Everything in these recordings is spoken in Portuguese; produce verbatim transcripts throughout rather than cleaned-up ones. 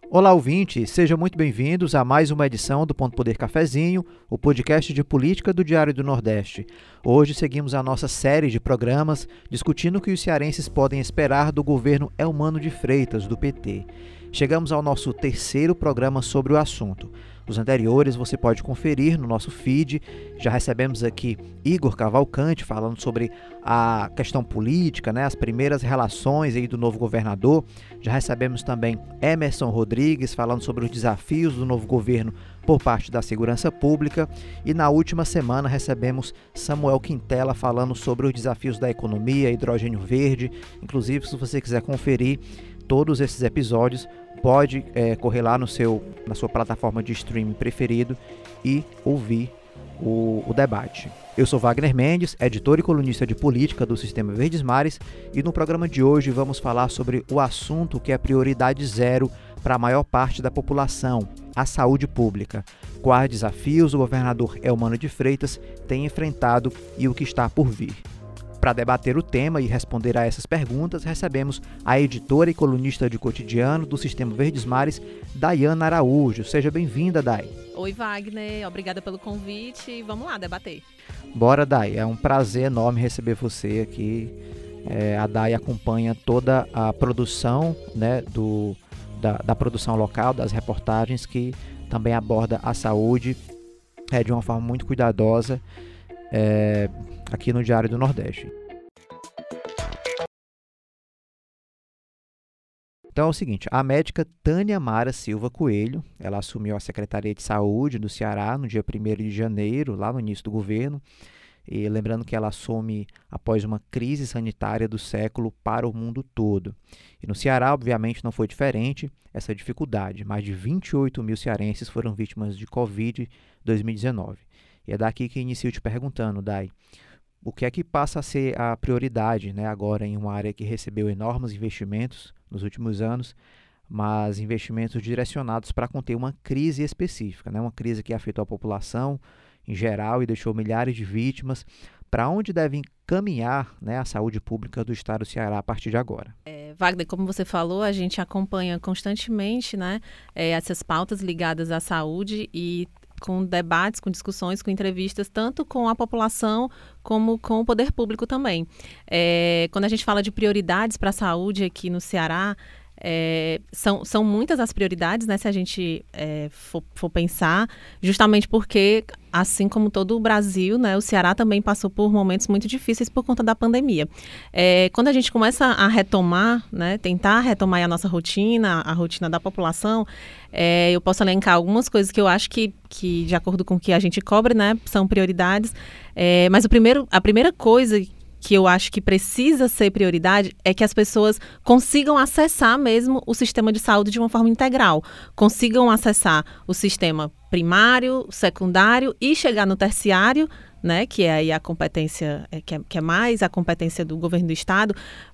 Olá, ouvintes! Sejam muito bem-vindos a mais uma edição do Ponto Poder Cafezinho, o podcast de política do Diário do Nordeste. Hoje seguimos a nossa série de programas discutindo o que os cearenses podem esperar do governo Eumano de Freitas, do P T. Chegamos ao nosso terceiro programa sobre o assunto. Os anteriores você pode conferir no nosso feed. Já recebemos aqui Igor Cavalcante falando sobre a questão política, né, as primeiras relações aí do novo governador. Já recebemos também Emerson Rodrigues falando sobre os desafios do novo governo por parte da segurança pública. E na última semana recebemos Samuel Quintela falando sobre os desafios da economia, hidrogênio verde. Inclusive, se você quiser conferir todos esses episódios, pode é, correr lá no seu, na sua plataforma de streaming preferido e ouvir o, o debate. Eu sou Wagner Mendes, editor e colunista de política do Sistema Verdes Mares, e no programa de hoje vamos falar sobre o assunto que é prioridade zero para a maior parte da população, a saúde pública. Quais desafios o governador Eumano de Freitas tem enfrentado e o que está por vir. Para debater o tema e responder a essas perguntas, recebemos a editora e colunista de cotidiano do Sistema Verdes Mares, Dayana Araújo. Seja bem-vinda, Day. Oi, Wagner. Obrigada pelo convite. Vamos lá debater. Bora, Day. É um prazer enorme receber você aqui. É, a Day acompanha toda a produção, né, do, da, da produção local, das reportagens, que também aborda a saúde é, de uma forma muito cuidadosa. É, aqui no Diário do Nordeste. Então é o seguinte, a médica Tânia Mara Silva Coelho, ela assumiu a Secretaria de Saúde do Ceará no dia primeiro de janeiro, lá no início do governo, e lembrando que ela assume após uma crise sanitária do século para o mundo todo. E no Ceará, obviamente, não foi diferente essa dificuldade. Mais de vinte e oito mil cearenses foram vítimas de Covid em dois mil e dezenove. E é daqui que inicio te perguntando, Day, o que é que passa a ser a prioridade, né, agora em uma área que recebeu enormes investimentos nos últimos anos, mas investimentos direcionados para conter uma crise específica, né, uma crise que afetou a população em geral e deixou milhares de vítimas. Para onde deve caminhar, né, a saúde pública do estado do Ceará a partir de agora? É, Wagner, como você falou, a gente acompanha constantemente, né, é, essas pautas ligadas à saúde e com debates, com discussões, com entrevistas, tanto com a população como com o poder público também. É, quando a gente fala de prioridades para a saúde aqui no Ceará, é, são, são muitas as prioridades, né, se a gente é, for, for pensar, justamente porque, assim como todo o Brasil, né, o Ceará também passou por momentos muito difíceis por conta da pandemia. É, quando a gente começa a retomar, né, tentar retomar a nossa rotina, a rotina da população, é, eu posso elencar algumas coisas que eu acho que, que de acordo com o que a gente cobre, né, são prioridades. É, mas o primeiro, a primeira coisa que eu acho que precisa ser prioridade é que as pessoas consigam acessar mesmo o sistema de saúde de uma forma integral, consigam acessar o sistema primário, secundário e chegar no terciário, né, que é aí a competência, é, que, é, que é mais a competência do governo do estado,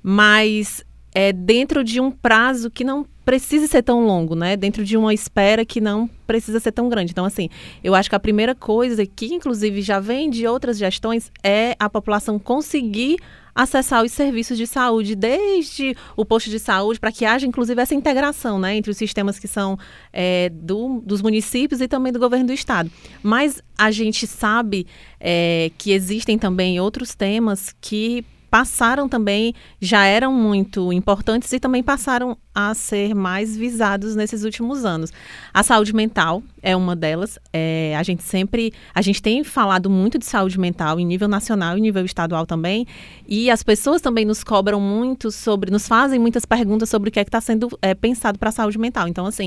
mas é dentro de um prazo que não precisa ser tão longo, né? Dentro de uma espera que não precisa ser tão grande. Então, assim, eu acho que a primeira coisa, que inclusive já vem de outras gestões, é a população conseguir acessar os serviços de saúde, desde o posto de saúde, para que haja, inclusive, essa integração, né, entre os sistemas que são é, do, dos municípios e também do governo do estado. Mas a gente sabe é, que existem também outros temas que passaram também, já eram muito importantes e também passaram a ser mais visados nesses últimos anos. A saúde mental é uma delas. É, a gente sempre, a gente tem falado muito de saúde mental em nível nacional e nível estadual também, e as pessoas também nos cobram muito sobre, nos fazem muitas perguntas sobre o que é que está sendo é, pensado para a saúde mental. Então, assim,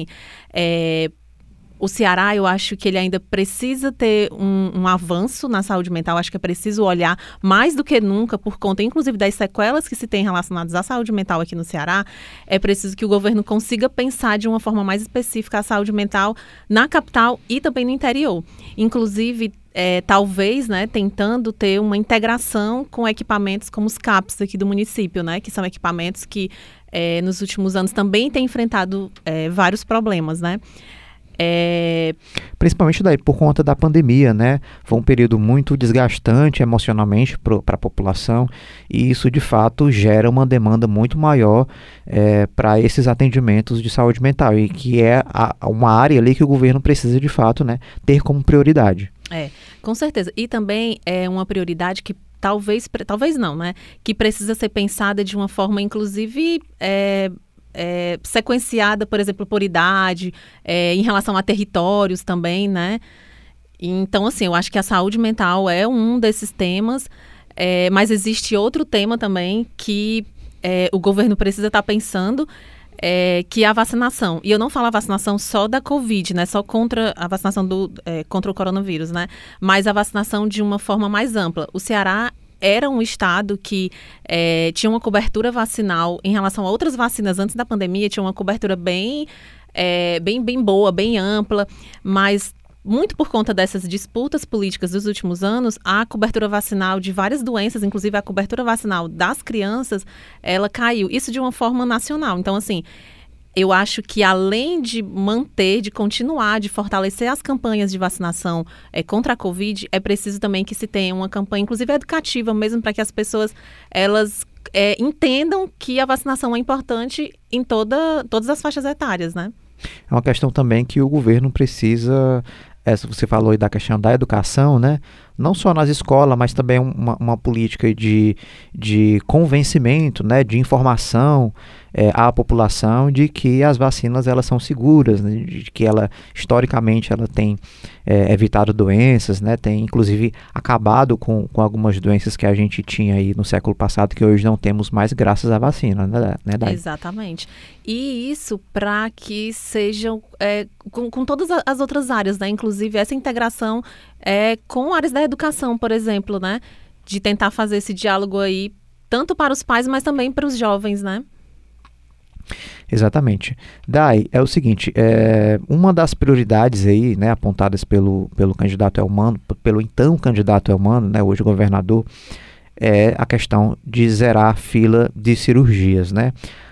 é, o Ceará, eu acho que ele ainda precisa ter um, um avanço na saúde mental. Acho que é preciso olhar mais do que nunca, por conta, inclusive, das sequelas que se tem relacionadas à saúde mental aqui no Ceará. É preciso que o governo consiga pensar de uma forma mais específica a saúde mental na capital e também no interior. Inclusive, é, talvez, né, tentando ter uma integração com equipamentos como os CAPs aqui do município, né, que são equipamentos que, é, nos últimos anos também têm enfrentado é, vários problemas, né. É... Principalmente daí por conta da pandemia, né? Foi um período muito desgastante emocionalmente para a população e isso de fato gera uma demanda muito maior é, para esses atendimentos de saúde mental e que é a, uma área ali que o governo precisa de fato, né, ter como prioridade. É, com certeza. E também é uma prioridade que talvez, talvez não, né? Que precisa ser pensada de uma forma, inclusive, é, é, sequenciada, por exemplo, por idade, é, em relação a territórios também, né? Então, assim, eu acho que a saúde mental é um desses temas, é, mas existe outro tema também que é, o governo precisa estar pensando, É, que é a vacinação. E eu não falo a vacinação só da Covid, né? Só contra a vacinação do, é, contra o coronavírus, né? Mas a vacinação de uma forma mais ampla. O Ceará era um estado que é, tinha uma cobertura vacinal em relação a outras vacinas antes da pandemia, tinha uma cobertura bem, é, bem, bem boa, bem ampla, mas muito por conta dessas disputas políticas dos últimos anos, a cobertura vacinal de várias doenças, inclusive a cobertura vacinal das crianças, ela caiu. Isso de uma forma nacional. Então, assim, eu acho que além de manter, de continuar, de fortalecer as campanhas de vacinação é, contra a Covid, é preciso também que se tenha uma campanha, inclusive educativa, mesmo para que as pessoas elas é, entendam que a vacinação é importante em toda, todas as faixas etárias, né? É uma questão também que o governo precisa... Essa, você falou aí da questão da educação, né? Não só nas escolas, mas também uma, uma política de, de convencimento, né? De informação é, à população de que as vacinas elas são seguras, né? De que ela, historicamente, ela tem é, evitado doenças, né? Tem, inclusive, acabado com, com algumas doenças que a gente tinha aí no século passado, que hoje não temos mais graças à vacina, né, né Dai? Exatamente. E isso para que sejam é, com, com todas as outras áreas, né? Inclusive essa integração é, com áreas da educação, por exemplo, né? De tentar fazer esse diálogo aí, tanto para os pais, mas também para os jovens, né? Exatamente. Dai, é o seguinte, é, uma das prioridades aí, né, apontadas pelo, pelo candidato Elmano, pelo então candidato Elmano, né, hoje governador, é a questão de zerar a fila de cirurgias, né?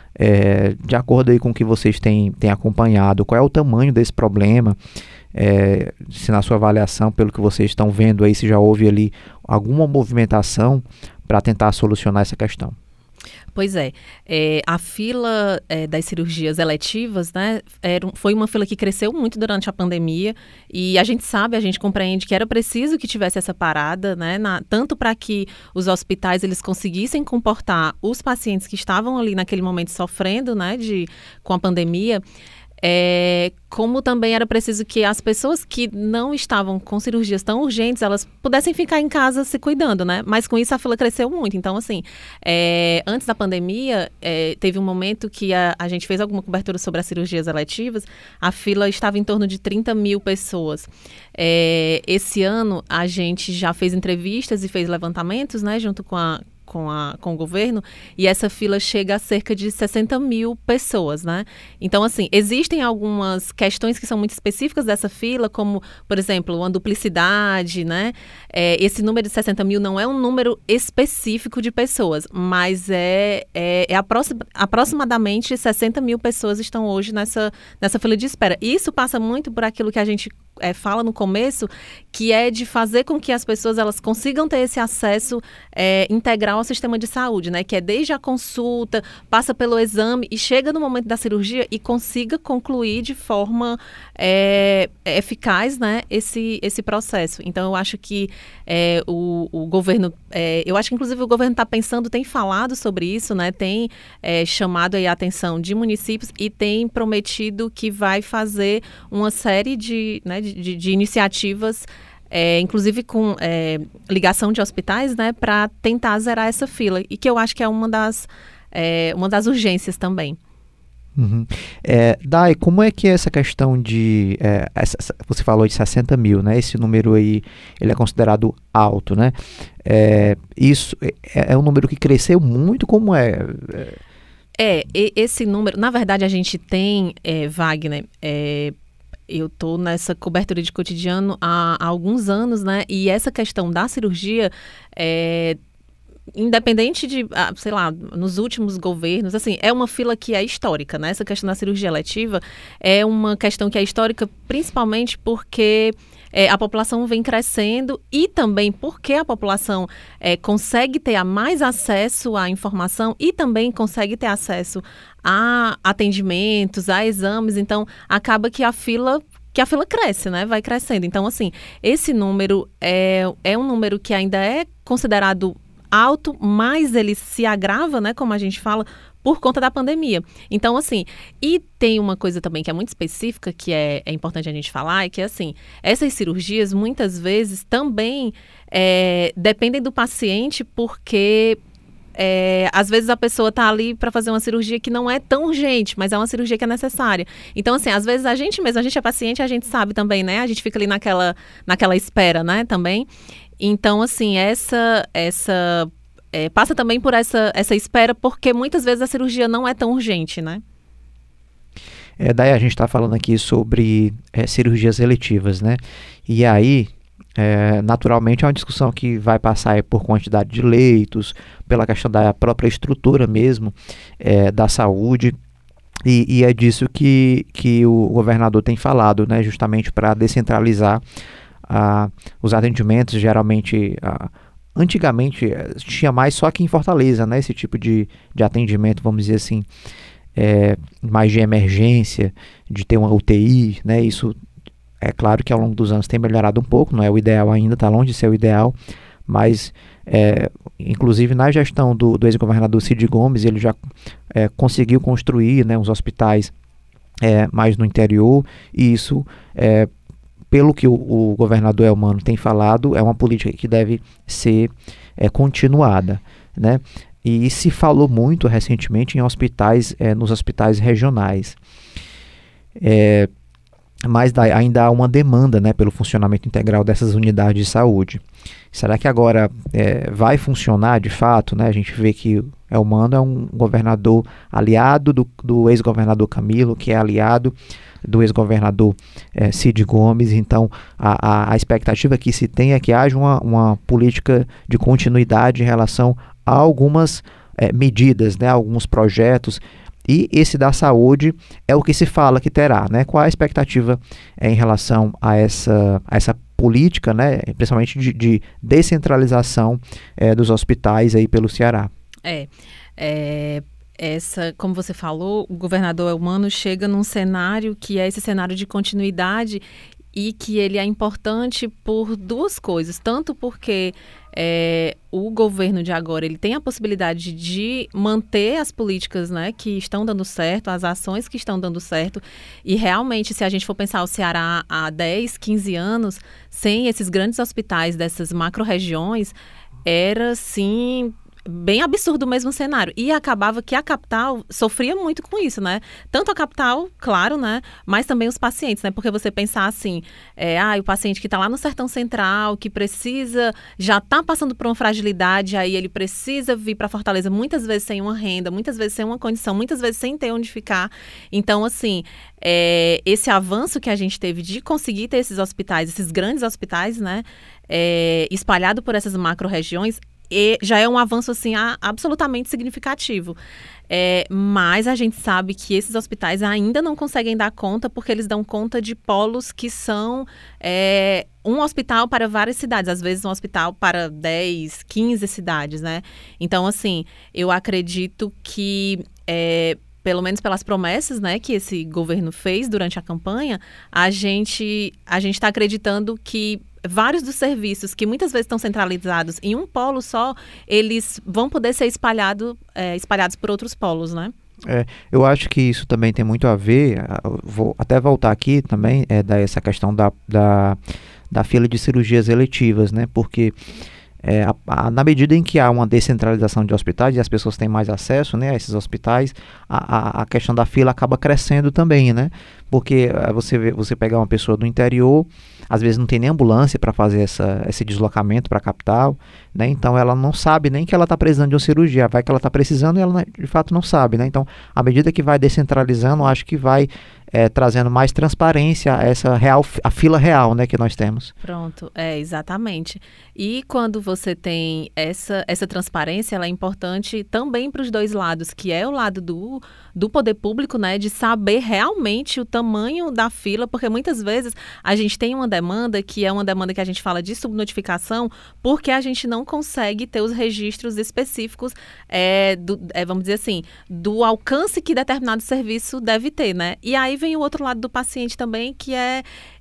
É, de acordo aí com o que vocês têm, têm acompanhado, qual é o tamanho desse problema? É, se na sua avaliação, pelo que vocês estão vendo aí, se já houve ali alguma movimentação para tentar solucionar essa questão? Pois é, é a fila é, das cirurgias eletivas, né, era, foi uma fila que cresceu muito durante a pandemia e a gente sabe, a gente compreende que era preciso que tivesse essa parada, né, na, tanto para que os hospitais eles conseguissem comportar os pacientes que estavam ali naquele momento sofrendo, né, de, com a pandemia, É, como também era preciso que as pessoas que não estavam com cirurgias tão urgentes, elas pudessem ficar em casa se cuidando, né? Mas com isso a fila cresceu muito. Então, assim, é, antes da pandemia, é, teve um momento que a, a gente fez alguma cobertura sobre as cirurgias eletivas, a fila estava em torno de trinta mil pessoas. É, esse ano, a gente já fez entrevistas e fez levantamentos, né, junto com a Com, a, com o governo, e essa fila chega a cerca de sessenta mil pessoas, né? Então, assim, existem algumas questões que são muito específicas dessa fila, como, por exemplo, uma duplicidade, né? É, esse número de sessenta mil não é um número específico de pessoas, mas é, é, é aproxim, aproximadamente sessenta mil pessoas estão hoje nessa, nessa fila de espera. Isso passa muito por aquilo que a gente é, fala no começo, que é de fazer com que as pessoas elas consigam ter esse acesso é, integral ao sistema de saúde, né? Que é desde a consulta, passa pelo exame e chega no momento da cirurgia e consiga concluir de forma é, eficaz, né? Esse, esse processo. Então, eu acho que é, o, o governo, é, eu acho que inclusive o governo está pensando, tem falado sobre isso, né? Tem é, chamado aí a atenção de municípios e tem prometido que vai fazer uma série de, né, de, de, de iniciativas É, inclusive com é, ligação de hospitais, né, para tentar zerar essa fila, e que eu acho que é uma das, é, uma das urgências também. Uhum. É, Dai, como é que é essa questão de, é, essa, você falou de sessenta mil, né, esse número aí, ele é considerado alto, né, é, isso é, é um número que cresceu muito, como é? É, é esse número, na verdade a gente tem, é, Wagner, é, eu estou nessa cobertura de cotidiano há, há alguns anos, né? E essa questão da cirurgia, é, independente de, sei lá, nos últimos governos, assim, é uma fila que é histórica, né? Essa questão da cirurgia eletiva é uma questão que é histórica principalmente porque é, a população vem crescendo e também porque a população é, consegue ter mais acesso à informação e também consegue ter acesso a atendimentos, a exames, então acaba que a fila que a fila cresce, né? Vai crescendo. Então, assim, esse número é, é um número que ainda é considerado alto, mas ele se agrava, né? Como a gente fala, por conta da pandemia. Então, assim, e tem uma coisa também que é muito específica, que é, é importante a gente falar, é que, assim, essas cirurgias, muitas vezes, também é, dependem do paciente, porque... É, às vezes a pessoa está ali para fazer uma cirurgia que não é tão urgente, mas é uma cirurgia que é necessária. Então, assim, às vezes a gente mesmo, a gente é paciente, a gente sabe também, né? A gente fica ali naquela, naquela espera, né? Também. Então, assim, essa... essa é, passa também por essa, essa espera, porque muitas vezes a cirurgia não é tão urgente, né? É, daí a gente está falando aqui sobre é, cirurgias eletivas, né? E aí... É, naturalmente é uma discussão que vai passar por quantidade de leitos, pela questão da própria estrutura mesmo é, da saúde, e, e é disso que, que o governador tem falado, né, justamente para descentralizar ah, os atendimentos. Geralmente, ah, antigamente tinha mais só aqui em Fortaleza, né, esse tipo de, de atendimento, vamos dizer assim, é, mais de emergência, de ter uma U T I, né, isso. É claro que ao longo dos anos tem melhorado um pouco, não é o ideal ainda, está longe de ser o ideal, mas é, inclusive na gestão do, do ex-governador Cid Gomes, ele já é, conseguiu construir, né, uns hospitais é, mais no interior, e isso, é, pelo que o, o governador Elmano tem falado, é uma política que deve ser é, continuada, né? E se falou muito recentemente em hospitais, é, nos hospitais regionais. É, mas ainda há uma demanda, né, pelo funcionamento integral dessas unidades de saúde. Será que agora é, vai funcionar de fato? Né? A gente vê que Elmano é um governador aliado do, do ex-governador Camilo, que é aliado do ex-governador é, Cid Gomes. Então, a, a, a expectativa que se tem é que haja uma, uma política de continuidade em relação a algumas é, medidas, né, alguns projetos. E esse da saúde é o que se fala que terá, né? Qual a expectativa é, em relação a essa, a essa política, né? Principalmente de, de descentralização é, dos hospitais aí pelo Ceará? É, é, essa, como você falou, o governador Elmano chega num cenário que é esse cenário de continuidade e que ele é importante por duas coisas, tanto porque é, o governo de agora ele tem a possibilidade de manter as políticas, né, que estão dando certo, as ações que estão dando certo, e realmente, se a gente for pensar o Ceará há dez, quinze anos, sem esses grandes hospitais dessas macro-regiões, era, sim, bem absurdo o mesmo cenário. E acabava que a capital sofria muito com isso, né? Tanto a capital, claro, né? Mas também os pacientes, né? Porque você pensar assim, é, ah, o paciente que está lá no Sertão Central, que precisa, já está passando por uma fragilidade, aí ele precisa vir para Fortaleza, muitas vezes sem uma renda, muitas vezes sem uma condição, muitas vezes sem ter onde ficar. Então, assim, é, esse avanço que a gente teve de conseguir ter esses hospitais, esses grandes hospitais, né? É, espalhado por essas macro-regiões, E já é um avanço assim, a, absolutamente significativo. É, mas a gente sabe que esses hospitais ainda não conseguem dar conta porque eles dão conta de polos que são é, um hospital para várias cidades, às vezes um hospital para dez, quinze cidades, né? Então, assim, eu acredito que... É, pelo menos pelas promessas, né, que esse governo fez durante a campanha, a gente a gente está acreditando que vários dos serviços que muitas vezes estão centralizados em um polo só, eles vão poder ser espalhado, é, espalhados por outros polos, né? É, eu acho que isso também tem muito a ver, vou até voltar aqui também, é, dessa questão da, da, da fila de cirurgias eletivas, né, porque... É, a, a, na medida em que há uma descentralização de hospitais e as pessoas têm mais acesso, né, a esses hospitais, a, a, a questão da fila acaba crescendo também, né? Porque uh, você, vê, você pegar uma pessoa do interior, às vezes não tem nem ambulância para fazer essa, esse deslocamento para a capital, né? Então ela não sabe nem que ela está precisando de uma cirurgia, vai que ela está precisando e ela de fato não sabe, né? Então, à medida que vai descentralizando, eu acho que vai é, trazendo mais transparência a essa real, a fila real, né, que nós temos. Pronto, é, exatamente. E quando você tem essa, essa transparência, ela é importante também para os dois lados, que é o lado do, do poder público, né, de saber realmente o tamanho da fila, porque muitas vezes a gente tem uma demanda que é uma demanda que a gente fala de subnotificação, porque a gente não consegue ter os registros específicos, é, do, é, vamos dizer assim, do alcance que determinado serviço deve ter, né? E aí vem o outro lado do paciente também, que é,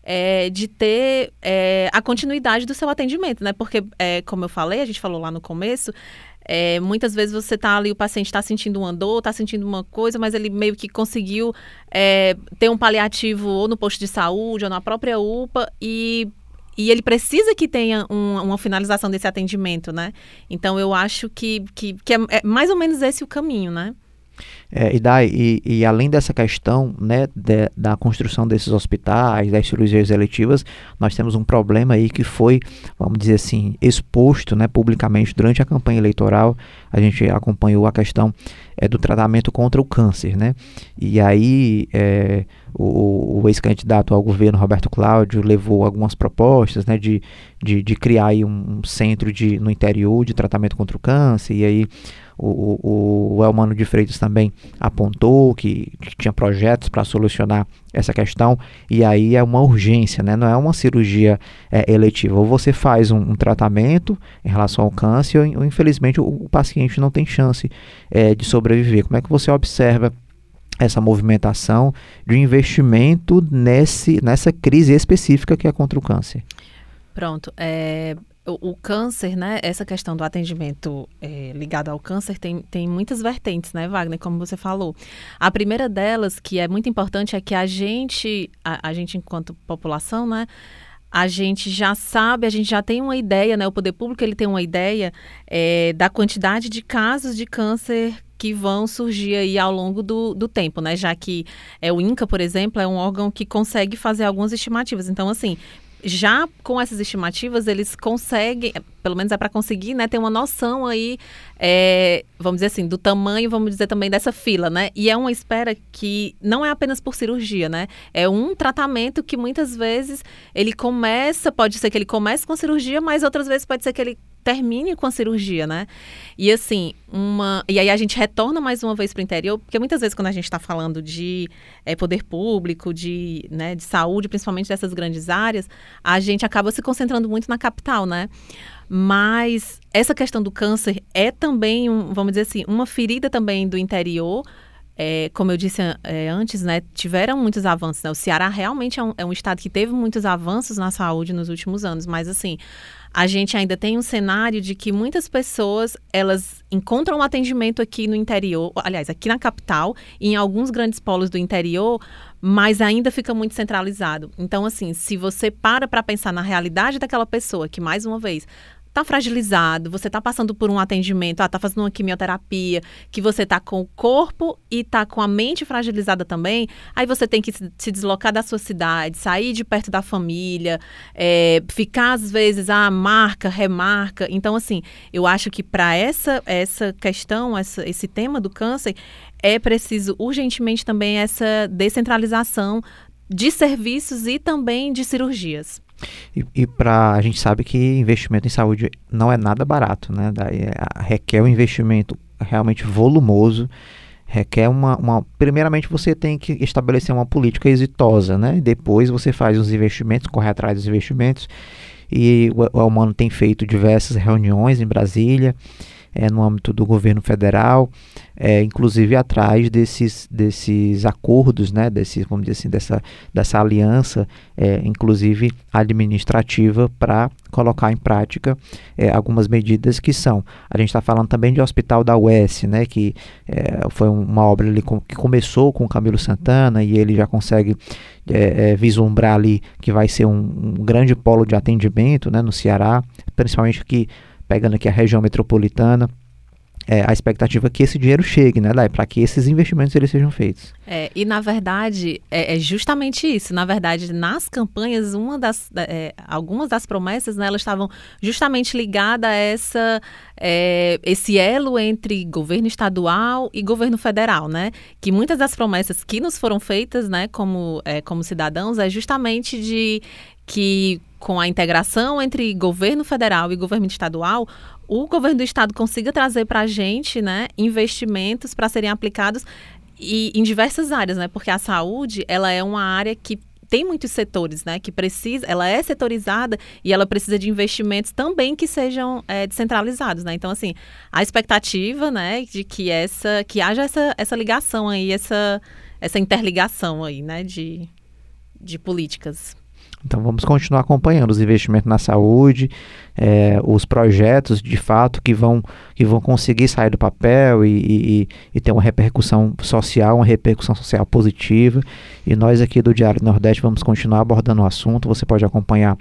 é de ter é, a continuidade do seu atendimento, né? Porque, é, como eu falei, a gente falou lá no começo, é, muitas vezes você está ali, o paciente está sentindo uma dor, está sentindo uma coisa, mas ele meio que conseguiu é, ter um paliativo ou no posto de saúde ou na própria U P A e E ele precisa que tenha um, uma finalização desse atendimento, né? Então, eu acho que, que, que é, é mais ou menos esse o caminho, né? É, e, daí, e, e além dessa questão, né, de, da construção desses hospitais, das cirurgias eletivas, nós temos um problema aí que foi, vamos dizer assim, exposto, né, publicamente durante a campanha eleitoral. A gente acompanhou a questão é, do tratamento contra o câncer, né? E aí é, o, o ex-candidato ao governo, Roberto Cláudio, levou algumas propostas, né, de, de, de criar aí um, um centro de, no interior de tratamento contra o câncer. E aí O, o, o Elmano de Freitas também apontou que, que tinha projetos para solucionar essa questão, e aí é uma urgência, né? Não é uma cirurgia é, eletiva. Ou você faz um, um tratamento em relação ao câncer, ou, ou infelizmente o, o paciente não tem chance é, de sobreviver. Como é que você observa essa movimentação de investimento nesse, nessa crise específica que é contra o câncer? Pronto, é... O, o câncer, né, essa questão do atendimento é, ligado ao câncer tem, tem muitas vertentes, né, Wagner, como você falou. A primeira delas, que é muito importante, é que a gente, a, a gente enquanto população, né, a gente já sabe, a gente já tem uma ideia, né, o poder público ele tem uma ideia é, da quantidade de casos de câncer que vão surgir aí ao longo do, do tempo, né, já que é, o INCA, por exemplo, é um órgão que consegue fazer algumas estimativas. Então, assim, já com essas estimativas, eles conseguem, pelo menos é para conseguir, né, ter uma noção aí, é, vamos dizer assim, do tamanho, vamos dizer também dessa fila, né? E é uma espera que não é apenas por cirurgia, né? É um tratamento que muitas vezes ele começa, pode ser que ele comece com cirurgia, mas outras vezes pode ser que ele termine com a cirurgia, né? E assim, uma... E aí a gente retorna mais uma vez para o interior, porque muitas vezes quando a gente está falando de é, poder público, de, né, de saúde, principalmente dessas grandes áreas, a gente acaba se concentrando muito na capital, né? Mas essa questão do câncer é também, um, vamos dizer assim, uma ferida também do interior. É, como eu disse é, antes, né, tiveram muitos avanços, né? O Ceará realmente é um, é um estado que teve muitos avanços na saúde nos últimos anos, mas assim, a gente ainda tem um cenário de que muitas pessoas, elas encontram um atendimento aqui no interior, aliás, aqui na capital e em alguns grandes polos do interior, mas ainda fica muito centralizado. Então, assim, se você para para pensar na realidade daquela pessoa, que mais uma vez está fragilizado, você está passando por um atendimento, está ah, fazendo uma quimioterapia, que você está com o corpo e está com a mente fragilizada também, aí você tem que se deslocar da sua cidade, sair de perto da família, é, ficar às vezes, ah, marca, remarca. Então, assim, eu acho que para essa, essa questão, essa, esse tema do câncer, é preciso urgentemente também essa descentralização de serviços e também de cirurgias. E, e pra, a gente sabe que investimento em saúde não é nada barato, né? Daí é, requer um investimento realmente volumoso, requer uma, uma... Primeiramente você tem que estabelecer uma política exitosa, né? Depois você faz os investimentos, corre atrás dos investimentos, e o, o Elmano tem feito diversas reuniões em Brasília, é, no âmbito do governo federal, é, inclusive atrás desses, desses acordos, né, desses, vamos dizer assim, dessa, dessa aliança, é, inclusive administrativa, para colocar em prática é, algumas medidas que são. A gente está falando também de Hospital da U E S, né, que é, foi uma obra ali com, que começou com o Camilo Santana, e ele já consegue é, é, vislumbrar ali que vai ser um, um grande polo de atendimento, né, no Ceará, principalmente que pegando aqui a região metropolitana, é, a expectativa é que esse dinheiro chegue, né, para que esses investimentos eles sejam feitos. É, e, na verdade, é, é justamente isso. Na verdade, nas campanhas, uma das, é, algumas das promessas, né, elas estavam justamente ligadas a essa, é, esse elo entre governo estadual e governo federal, né? Que muitas das promessas que nos foram feitas, né, como, é, como cidadãos, é justamente de que, com a integração entre governo federal e governo estadual, o governo do estado consiga trazer para a gente, né, investimentos para serem aplicados e em diversas áreas, né? Porque a saúde, ela é uma área que tem muitos setores, né? Que precisa, ela é setorizada e ela precisa de investimentos também que sejam é, descentralizados, né? Então, assim, a expectativa, né, de que essa, que haja essa, essa ligação aí, essa, essa interligação aí, né, de, de políticas. Então vamos continuar acompanhando os investimentos na saúde, é, os projetos de fato que vão, que vão conseguir sair do papel e, e, e ter uma repercussão social, uma repercussão social positiva. E nós aqui do Diário do Nordeste vamos continuar abordando o assunto. Você pode acompanhar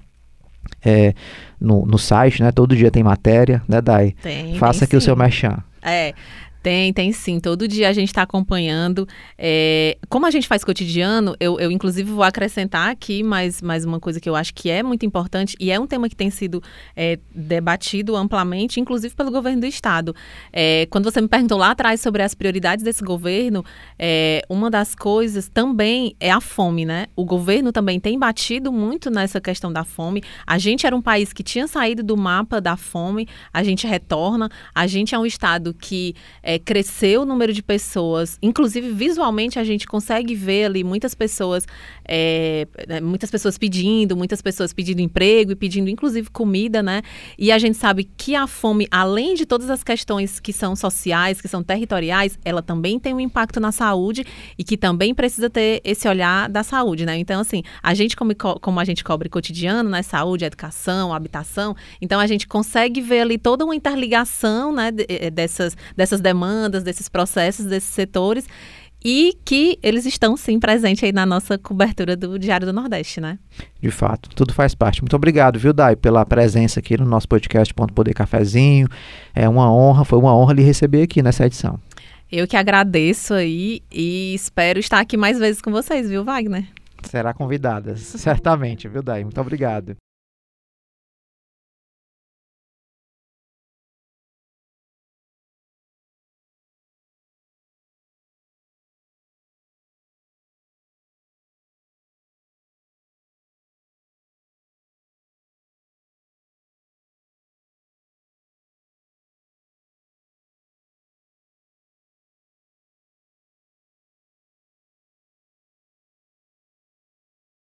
é, no, no site, né? Todo dia tem matéria, né, Dai? Tem, Faça tem aqui sim. o seu merchan. É. Tem, tem sim. Todo dia a gente está acompanhando. É, como a gente faz cotidiano, eu, eu inclusive vou acrescentar aqui mais, mais uma coisa que eu acho que é muito importante e é um tema que tem sido é, debatido amplamente, inclusive pelo governo do estado. É, quando você me perguntou lá atrás sobre as prioridades desse governo, é, uma das coisas também é a fome, né? O governo também tem batido muito nessa questão da fome. A gente era um país que tinha saído do mapa da fome, a gente retorna, a gente é um estado que é, É, cresceu o número de pessoas, inclusive visualmente a gente consegue ver ali muitas pessoas, é, muitas pessoas pedindo, muitas pessoas pedindo emprego e pedindo inclusive comida, né? E a gente sabe que a fome, além de todas as questões que são sociais, que são territoriais, ela também tem um impacto na saúde e que também precisa ter esse olhar da saúde, né? Então, assim, a gente como, como a gente cobre cotidiano, né? Saúde, educação, habitação, então a gente consegue ver ali toda uma interligação, né? Dessas, dessas demandas demandas, desses processos, desses setores, e que eles estão, sim, presentes aí na nossa cobertura do Diário do Nordeste, né? De fato, tudo faz parte. Muito obrigado, viu, Dai, pela presença aqui no nosso podcast Ponto Poder Cafezinho. É uma honra, foi uma honra lhe receber aqui nessa edição. Eu que agradeço aí e espero estar aqui mais vezes com vocês, viu, Wagner? Será convidada, certamente, viu, Dai? Muito obrigado.